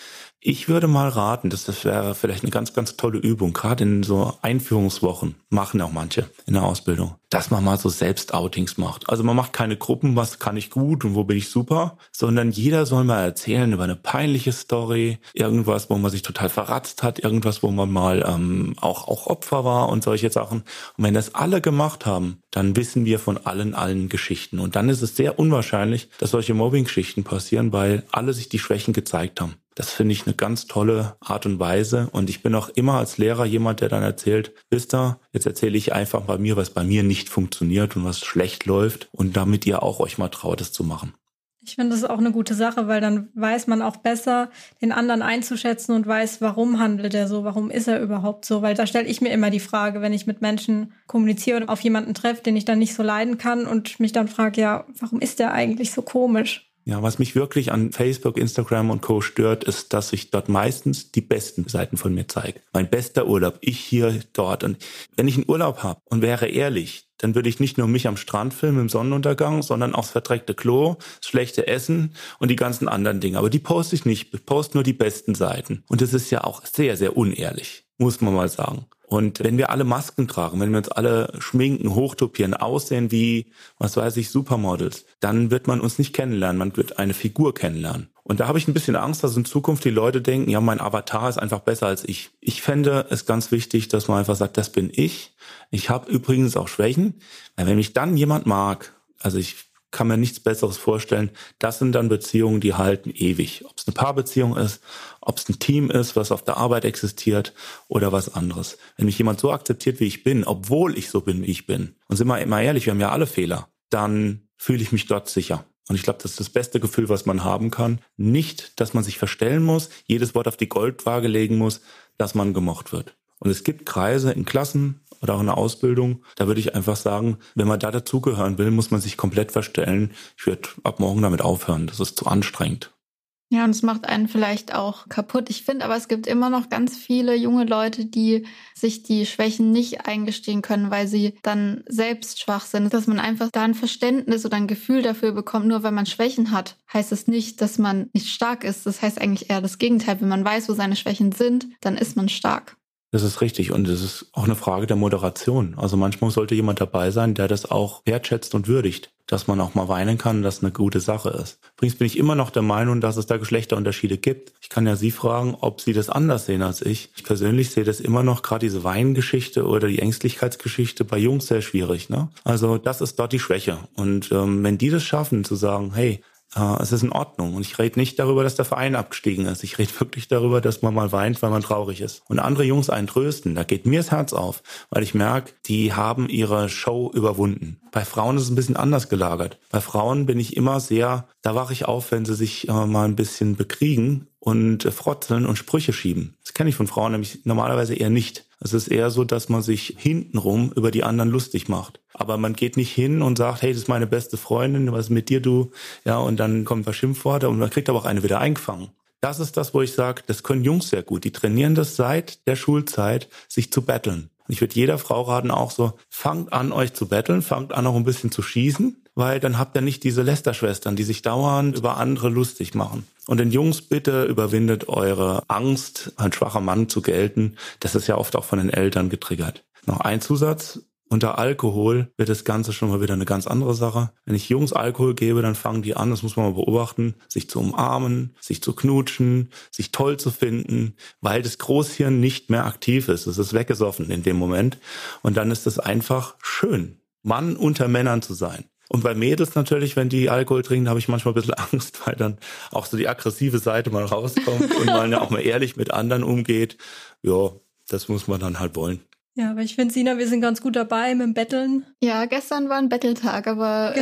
[SPEAKER 3] Ich würde mal raten, das wäre vielleicht eine ganz, ganz tolle Übung, gerade in so Einführungswochen, machen auch manche in der Ausbildung, dass man mal so Selbstoutings macht. Also man macht keine Gruppen, was kann ich gut und wo bin ich super, sondern jeder soll mal erzählen über eine peinliche Story, irgendwas, wo man sich total verratzt hat, irgendwas, wo man mal auch Opfer war und solche Sachen. Und wenn das alle gemacht haben, dann wissen wir von allen Geschichten. Und dann ist es sehr unwahrscheinlich, dass solche Mobbing-Geschichten passieren, weil alle sich die Schwächen gezeigt haben. Das finde ich eine ganz tolle Art und Weise. Und ich bin auch immer als Lehrer jemand, der dann erzählt, wisst ihr, jetzt erzähle ich einfach bei mir, was bei mir nicht funktioniert und was schlecht läuft. Und damit ihr auch euch mal traut, es zu machen.
[SPEAKER 1] Ich finde, das ist auch eine gute Sache, weil dann weiß man auch besser, den anderen einzuschätzen und weiß, warum handelt er so, warum ist er überhaupt so. Weil da stelle ich mir immer die Frage, wenn ich mit Menschen kommuniziere und auf jemanden treffe, den ich dann nicht so leiden kann und mich dann frage, ja, warum ist der eigentlich so komisch?
[SPEAKER 3] Ja, was mich wirklich an Facebook, Instagram und Co. stört, ist, dass ich dort meistens die besten Seiten von mir zeige. Mein bester Urlaub, ich hier, dort. Und wenn ich einen Urlaub habe und wäre ehrlich, dann würde ich nicht nur mich am Strand filmen im Sonnenuntergang, sondern auch das verdreckte Klo, das schlechte Essen und die ganzen anderen Dinge. Aber die poste ich nicht, ich poste nur die besten Seiten. Und das ist ja auch sehr, sehr unehrlich, muss man mal sagen. Und wenn wir alle Masken tragen, wenn wir uns alle schminken, hochtopieren, aussehen wie, was weiß ich, Supermodels, dann wird man uns nicht kennenlernen, man wird eine Figur kennenlernen. Und da habe ich ein bisschen Angst, dass in Zukunft die Leute denken, ja, mein Avatar ist einfach besser als ich. Ich fände es ganz wichtig, dass man einfach sagt, das bin ich. Ich habe übrigens auch Schwächen. Weil wenn mich dann jemand mag, also ich kann mir nichts Besseres vorstellen, das sind dann Beziehungen, die halten ewig. Ob es eine Paarbeziehung ist, ob es ein Team ist, was auf der Arbeit existiert oder was anderes. Wenn mich jemand so akzeptiert, wie ich bin, obwohl ich so bin, wie ich bin, und sind wir immer ehrlich, wir haben ja alle Fehler, dann fühle ich mich dort sicher. Und ich glaube, das ist das beste Gefühl, was man haben kann. Nicht, dass man sich verstellen muss, jedes Wort auf die Goldwaage legen muss, dass man gemocht wird. Und es gibt Kreise in Klassen oder auch in der Ausbildung, da würde ich einfach sagen, wenn man da dazugehören will, muss man sich komplett verstellen. Ich würde ab morgen damit aufhören, das ist zu anstrengend.
[SPEAKER 2] Ja, und es macht einen vielleicht auch kaputt. Ich finde aber, es gibt immer noch ganz viele junge Leute, die sich die Schwächen nicht eingestehen können, weil sie dann selbst schwach sind. Dass man einfach da ein Verständnis oder ein Gefühl dafür bekommt, nur weil man Schwächen hat, heißt es nicht, dass man nicht stark ist. Das heißt eigentlich eher das Gegenteil. Wenn man weiß, wo seine Schwächen sind, dann ist man stark.
[SPEAKER 3] Das ist richtig und es ist auch eine Frage der Moderation. Also manchmal sollte jemand dabei sein, der das auch wertschätzt und würdigt, dass man auch mal weinen kann, dass eine gute Sache ist. Übrigens bin ich immer noch der Meinung, dass es da Geschlechterunterschiede gibt. Ich kann ja Sie fragen, ob Sie das anders sehen als ich. Ich persönlich sehe das immer noch, gerade diese Weingeschichte oder die Ängstlichkeitsgeschichte bei Jungs sehr schwierig, ne? Also das ist dort die Schwäche. Und wenn die das schaffen, zu sagen, hey, es ist in Ordnung. Und ich rede nicht darüber, dass der Verein abgestiegen ist. Ich rede wirklich darüber, dass man mal weint, weil man traurig ist. Und andere Jungs einen trösten. Da geht mir das Herz auf, weil ich merke, die haben ihre Show überwunden. Bei Frauen ist es ein bisschen anders gelagert. Bei Frauen bin ich immer sehr, da wache ich auf, wenn sie sich mal ein bisschen bekriegen und frotzeln und Sprüche schieben. Das kenne ich von Frauen nämlich normalerweise eher nicht. Es ist eher so, dass man sich hintenrum über die anderen lustig macht. Aber man geht nicht hin und sagt, hey, das ist meine beste Freundin, was ist mit dir, du? Ja, und dann kommen ein paar Schimpfworte und man kriegt aber auch eine wieder eingefangen. Das ist das, wo ich sage, das können Jungs sehr gut. Die trainieren das seit der Schulzeit, sich zu battlen. Und ich würde jeder Frau raten auch so, fangt an, euch zu battlen, fangt an, auch ein bisschen zu schießen, weil dann habt ihr nicht diese Lästerschwestern, die sich dauernd über andere lustig machen. Und den Jungs, bitte überwindet eure Angst, ein schwacher Mann zu gelten. Das ist ja oft auch von den Eltern getriggert. Noch ein Zusatz. Unter Alkohol wird das Ganze schon mal wieder eine ganz andere Sache. Wenn ich Jungs Alkohol gebe, dann fangen die an, das muss man mal beobachten, sich zu umarmen, sich zu knutschen, sich toll zu finden, weil das Großhirn nicht mehr aktiv ist. Es ist weggesoffen in dem Moment. Und dann ist es einfach schön, Mann unter Männern zu sein. Und bei Mädels natürlich, wenn die Alkohol trinken, habe ich manchmal ein bisschen Angst, weil dann auch so die aggressive Seite mal rauskommt und man ja auch mal ehrlich mit anderen umgeht. Ja, das muss man dann halt wollen.
[SPEAKER 1] Ja, aber ich finde, Sina, wir sind ganz gut dabei mit dem Betteln.
[SPEAKER 2] Ja, gestern war ein Betteltag, aber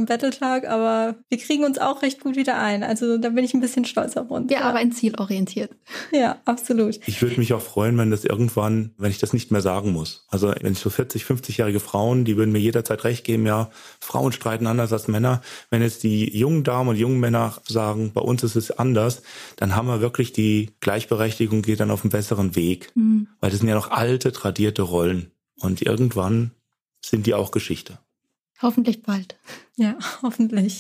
[SPEAKER 1] wir kriegen uns auch recht gut wieder ein. Also da bin ich ein bisschen stolz auf uns.
[SPEAKER 2] Ja, aber ein Ziel orientiert.
[SPEAKER 1] Ja, absolut.
[SPEAKER 3] Ich würde mich auch freuen, wenn ich das nicht mehr sagen muss. Also wenn ich so 40, 50-jährige Frauen, die würden mir jederzeit recht geben, ja, Frauen streiten anders als Männer. Wenn jetzt die jungen Damen und jungen Männer sagen, bei uns ist es anders, dann haben wir wirklich die Gleichberechtigung, geht dann auf einen besseren Weg. Mhm. Weil das sind ja noch alte, tradierte Rollen. Und irgendwann sind die auch Geschichte.
[SPEAKER 2] Hoffentlich bald.
[SPEAKER 1] Ja, hoffentlich.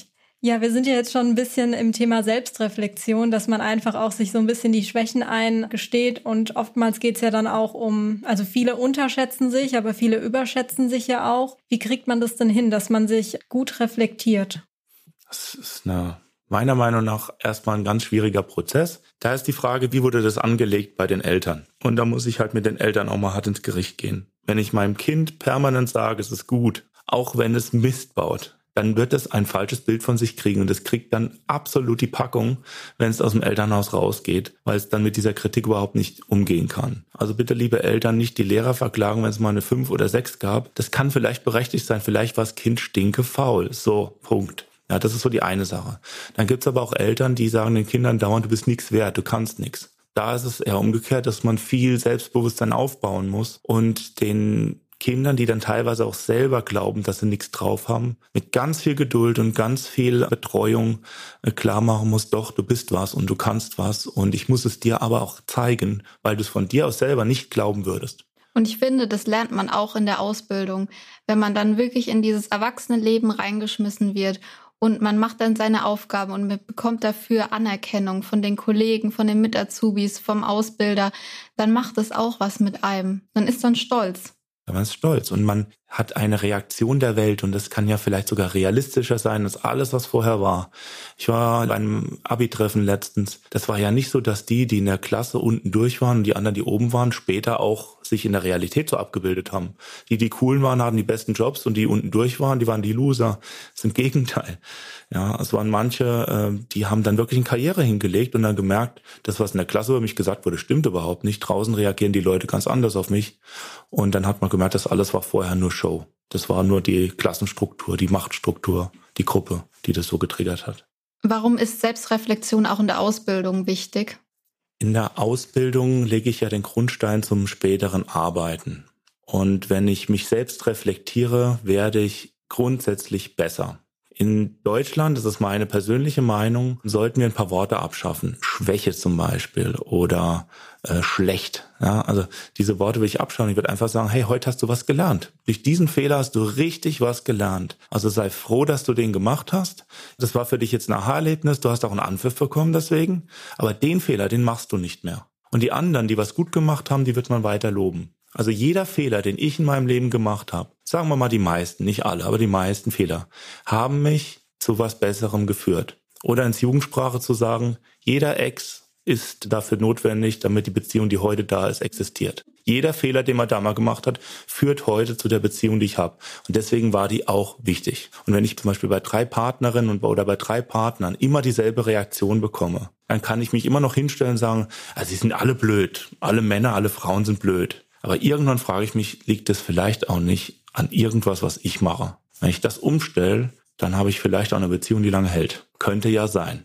[SPEAKER 1] Ja, wir sind ja jetzt schon ein bisschen im Thema Selbstreflexion, dass man einfach auch sich so ein bisschen die Schwächen eingesteht und oftmals geht's ja dann auch also viele unterschätzen sich, aber viele überschätzen sich ja auch. Wie kriegt man das denn hin, dass man sich gut reflektiert?
[SPEAKER 3] Das ist meiner Meinung nach erstmal ein ganz schwieriger Prozess. Da ist die Frage, wie wurde das angelegt bei den Eltern? Und da muss ich halt mit den Eltern auch mal hart ins Gericht gehen. Wenn ich meinem Kind permanent sage, es ist gut, auch wenn es Mist baut, dann wird es ein falsches Bild von sich kriegen und es kriegt dann absolut die Packung, wenn es aus dem Elternhaus rausgeht, weil es dann mit dieser Kritik überhaupt nicht umgehen kann. Also bitte, liebe Eltern, nicht die Lehrer verklagen, wenn es mal eine 5 oder 6 gab. Das kann vielleicht berechtigt sein, vielleicht war das Kind stinkefaul. So, Punkt. Ja, das ist so die eine Sache. Dann gibt's aber auch Eltern, die sagen den Kindern dauernd, du bist nichts wert, du kannst nichts. Da ist es eher umgekehrt, dass man viel Selbstbewusstsein aufbauen muss und den Kindern, die dann teilweise auch selber glauben, dass sie nichts drauf haben, mit ganz viel Geduld und ganz viel Betreuung klar machen muss, doch, du bist was und du kannst was und ich muss es dir aber auch zeigen, weil du es von dir aus selber nicht glauben würdest.
[SPEAKER 2] Und ich finde, das lernt man auch in der Ausbildung, wenn man dann wirklich in dieses Erwachsenenleben reingeschmissen wird und man macht dann seine Aufgaben und man bekommt dafür Anerkennung von den Kollegen, von den Mit-Azubis, vom Ausbilder, dann macht es auch was mit einem. Man ist dann stolz.
[SPEAKER 3] Man ist stolz und man hat eine Reaktion der Welt und das kann ja vielleicht sogar realistischer sein als alles, was vorher war. Ich war bei einem Abi-Treffen letztens. Das war ja nicht so, dass die in der Klasse unten durch waren und die anderen, die oben waren, später auch sich in der Realität so abgebildet haben. Die coolen waren, hatten die besten Jobs und die unten durch waren, die waren die Loser. Das ist im Gegenteil. Ja, es waren manche, die haben dann wirklich eine Karriere hingelegt und dann gemerkt, das, was in der Klasse über mich gesagt wurde, stimmt überhaupt nicht. Draußen reagieren die Leute ganz anders auf mich. Und dann hat man gemerkt, das alles war vorher nur Show. Das war nur die Klassenstruktur, die Machtstruktur, die Gruppe, die das so getriggert hat.
[SPEAKER 2] Warum ist Selbstreflexion auch in der Ausbildung wichtig?
[SPEAKER 3] In der Ausbildung lege ich ja den Grundstein zum späteren Arbeiten. Und wenn ich mich selbst reflektiere, werde ich grundsätzlich besser. In Deutschland, das ist meine persönliche Meinung, sollten wir ein paar Worte abschaffen. Schwäche zum Beispiel oder schlecht. Ja, also diese Worte will ich abschauen. Ich würde einfach sagen, hey, heute hast du was gelernt. Durch diesen Fehler hast du richtig was gelernt. Also sei froh, dass du den gemacht hast. Das war für dich jetzt ein Aha-Erlebnis. Du hast auch einen Anpfiff bekommen deswegen. Aber den Fehler, den machst du nicht mehr. Und die anderen, die was gut gemacht haben, die wird man weiter loben. Also jeder Fehler, den ich in meinem Leben gemacht habe, sagen wir mal die meisten, nicht alle, aber die meisten Fehler, haben mich zu was Besserem geführt. Oder ins Jugendsprache zu sagen, jeder Ex ist dafür notwendig, damit die Beziehung, die heute da ist, existiert. Jeder Fehler, den man da mal gemacht hat, führt heute zu der Beziehung, die ich habe. Und deswegen war die auch wichtig. Und wenn ich zum Beispiel bei 3 Partnerinnen oder bei 3 Partnern immer dieselbe Reaktion bekomme, dann kann ich mich immer noch hinstellen und sagen, also sie sind alle blöd. Alle Männer, alle Frauen sind blöd. Aber irgendwann frage ich mich, liegt es vielleicht auch nicht an irgendwas, was ich mache? Wenn ich das umstelle, dann habe ich vielleicht auch eine Beziehung, die lange hält. Könnte ja sein.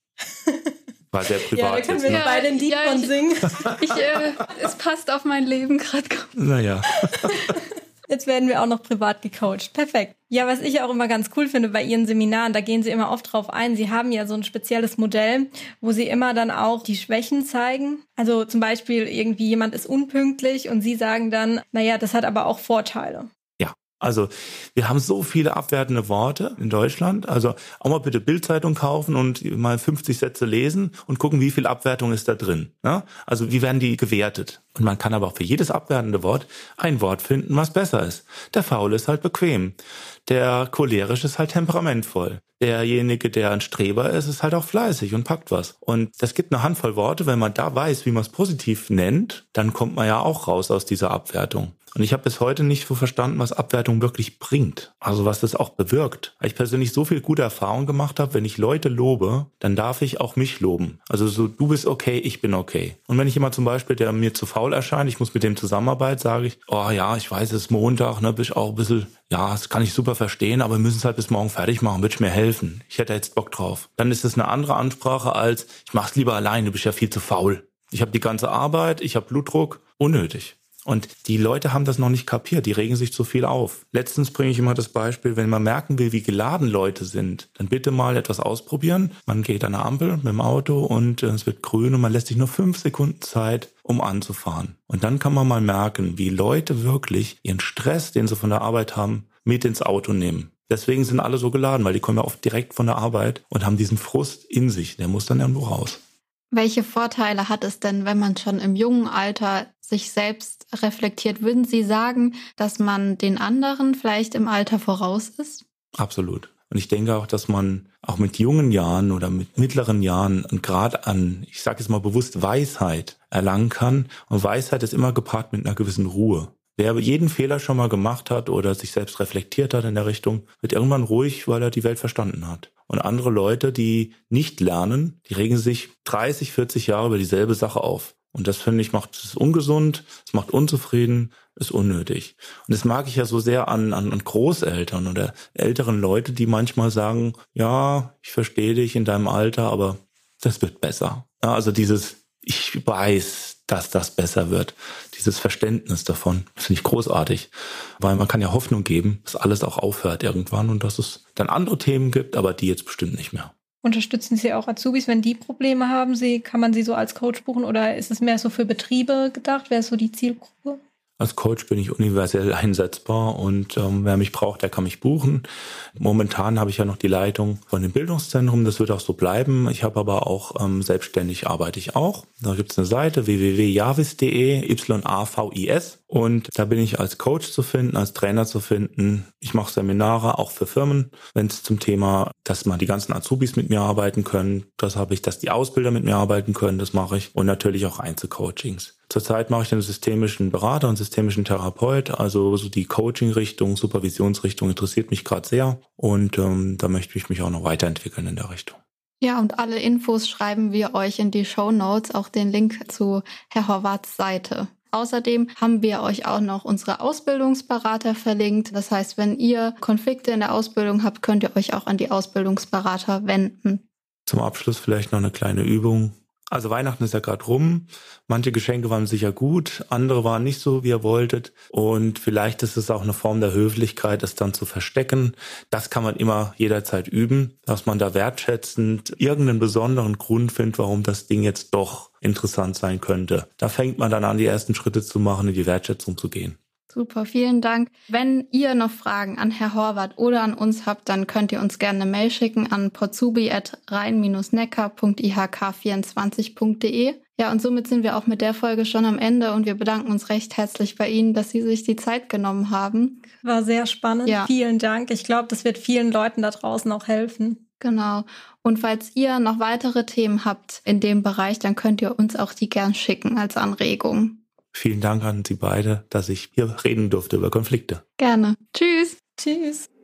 [SPEAKER 3] War sehr privat.
[SPEAKER 1] Ja, da können wir beide ein Lied von singen.
[SPEAKER 2] Es passt auf mein Leben gerade.
[SPEAKER 3] Naja.
[SPEAKER 1] Jetzt werden wir auch noch privat gecoacht. Perfekt. Ja, was ich auch immer ganz cool finde bei Ihren Seminaren, da gehen Sie immer oft drauf ein. Sie haben ja so ein spezielles Modell, wo Sie immer dann auch die Schwächen zeigen. Also zum Beispiel irgendwie jemand ist unpünktlich und Sie sagen dann, naja, das hat aber auch Vorteile.
[SPEAKER 3] Also wir haben so viele abwertende Worte in Deutschland. Also auch mal bitte Bild-Zeitung kaufen und mal 50 Sätze lesen und gucken, wie viel Abwertung ist da drin. Ja? Also wie werden die gewertet? Und man kann aber auch für jedes abwertende Wort ein Wort finden, was besser ist. Der Faule ist halt bequem. Der Cholerische ist halt temperamentvoll. Derjenige, der ein Streber ist, ist halt auch fleißig und packt was. Und es gibt eine Handvoll Worte, wenn man da weiß, wie man es positiv nennt, dann kommt man ja auch raus aus dieser Abwertung. Und ich habe bis heute nicht so verstanden, was Abwertung wirklich bringt. Also was das auch bewirkt. Weil ich persönlich so viel gute Erfahrungen gemacht habe, wenn ich Leute lobe, dann darf ich auch mich loben. Also so, du bist okay, ich bin okay. Und wenn ich jemand zum Beispiel, der mir zu faul erscheint, ich muss mit dem zusammenarbeiten, sage ich, oh ja, ich weiß, es ist Montag, ne, bist auch ein bisschen, ja, das kann ich super verstehen, aber wir müssen es halt bis morgen fertig machen, würdest mir helfen. Ich hätte jetzt Bock drauf. Dann ist es eine andere Ansprache als, ich mach's lieber allein, du bist ja viel zu faul. Ich habe die ganze Arbeit, ich habe Blutdruck, unnötig. Und die Leute haben das noch nicht kapiert, die regen sich zu viel auf. Letztens bringe ich immer das Beispiel, wenn man merken will, wie geladen Leute sind, dann bitte mal etwas ausprobieren. Man geht an der Ampel mit dem Auto und es wird grün und man lässt sich nur 5 Sekunden Zeit, um anzufahren. Und dann kann man mal merken, wie Leute wirklich ihren Stress, den sie von der Arbeit haben, mit ins Auto nehmen. Deswegen sind alle so geladen, weil die kommen ja oft direkt von der Arbeit und haben diesen Frust in sich. Der muss dann irgendwo raus.
[SPEAKER 2] Welche Vorteile hat es denn, wenn man schon im jungen Alter sich selbst reflektiert? Würden Sie sagen, dass man den anderen vielleicht im Alter voraus ist?
[SPEAKER 3] Absolut. Und ich denke auch, dass man auch mit jungen Jahren oder mit mittleren Jahren einen Grad an, ich sage jetzt mal bewusst, Weisheit erlangen kann. Und Weisheit ist immer gepaart mit einer gewissen Ruhe. Wer jeden Fehler schon mal gemacht hat oder sich selbst reflektiert hat in der Richtung, wird irgendwann ruhig, weil er die Welt verstanden hat. Und andere Leute, die nicht lernen, die regen sich 30, 40 Jahre über dieselbe Sache auf. Und das, finde ich, macht es ungesund, es macht unzufrieden, ist unnötig. Und das mag ich ja so sehr an Großeltern oder älteren Leute, die manchmal sagen, ja, ich verstehe dich in deinem Alter, aber das wird besser. Ja, also dieses, ich weiß, dass das besser wird. Dieses Verständnis davon, das finde ich großartig. Weil man kann ja Hoffnung geben, dass alles auch aufhört irgendwann und dass es dann andere Themen gibt, aber die jetzt bestimmt nicht mehr.
[SPEAKER 1] Unterstützen Sie auch Azubis, wenn die Probleme haben? Kann man sie so als Coach buchen oder ist es mehr so für Betriebe gedacht? Wer ist so die Zielgruppe?
[SPEAKER 3] Als Coach bin ich universell einsetzbar und wer mich braucht, der kann mich buchen. Momentan habe ich ja noch die Leitung von dem Bildungszentrum, das wird auch so bleiben. Ich habe aber auch selbstständig arbeite ich auch. Da gibt es eine Seite www.yavis.de, YAVIS, und da bin ich als Coach zu finden, als Trainer zu finden. Ich mache Seminare auch für Firmen, wenn es zum Thema, dass mal die ganzen Azubis mit mir arbeiten können. Das habe ich, dass die Ausbilder mit mir arbeiten können, das mache ich. Und natürlich auch Einzelcoachings. Zurzeit mache ich den systemischen Berater und systemischen Therapeut, also so die Coaching-Richtung, Supervisionsrichtung interessiert mich gerade sehr und da möchte ich mich auch noch weiterentwickeln in der Richtung.
[SPEAKER 2] Ja, und alle Infos schreiben wir euch in die Shownotes, auch den Link zu Herr Horvaths Seite. Außerdem haben wir euch auch noch unsere Ausbildungsberater verlinkt. Das heißt, wenn ihr Konflikte in der Ausbildung habt, könnt ihr euch auch an die Ausbildungsberater wenden.
[SPEAKER 3] Zum Abschluss vielleicht noch eine kleine Übung. Also Weihnachten ist ja gerade rum. Manche Geschenke waren sicher gut, andere waren nicht so, wie ihr wolltet. Und vielleicht ist es auch eine Form der Höflichkeit, es dann zu verstecken. Das kann man immer jederzeit üben, dass man da wertschätzend irgendeinen besonderen Grund findet, warum das Ding jetzt doch interessant sein könnte. Da fängt man dann an, die ersten Schritte zu machen, in die Wertschätzung zu gehen.
[SPEAKER 2] Super, vielen Dank. Wenn ihr noch Fragen an Herr Horvath oder an uns habt, dann könnt ihr uns gerne eine Mail schicken an potsubi@rhein-neckar.ihk24.de. Ja, und somit sind wir auch mit der Folge schon am Ende und wir bedanken uns recht herzlich bei Ihnen, dass Sie sich die Zeit genommen haben.
[SPEAKER 1] War sehr spannend. Ja. Vielen Dank. Ich glaube, das wird vielen Leuten da draußen auch helfen.
[SPEAKER 2] Genau. Und falls ihr noch weitere Themen habt in dem Bereich, dann könnt ihr uns auch die gern schicken als Anregung.
[SPEAKER 3] Vielen Dank an Sie beide, dass ich hier reden durfte über Konflikte.
[SPEAKER 2] Gerne. Tschüss.
[SPEAKER 1] Tschüss.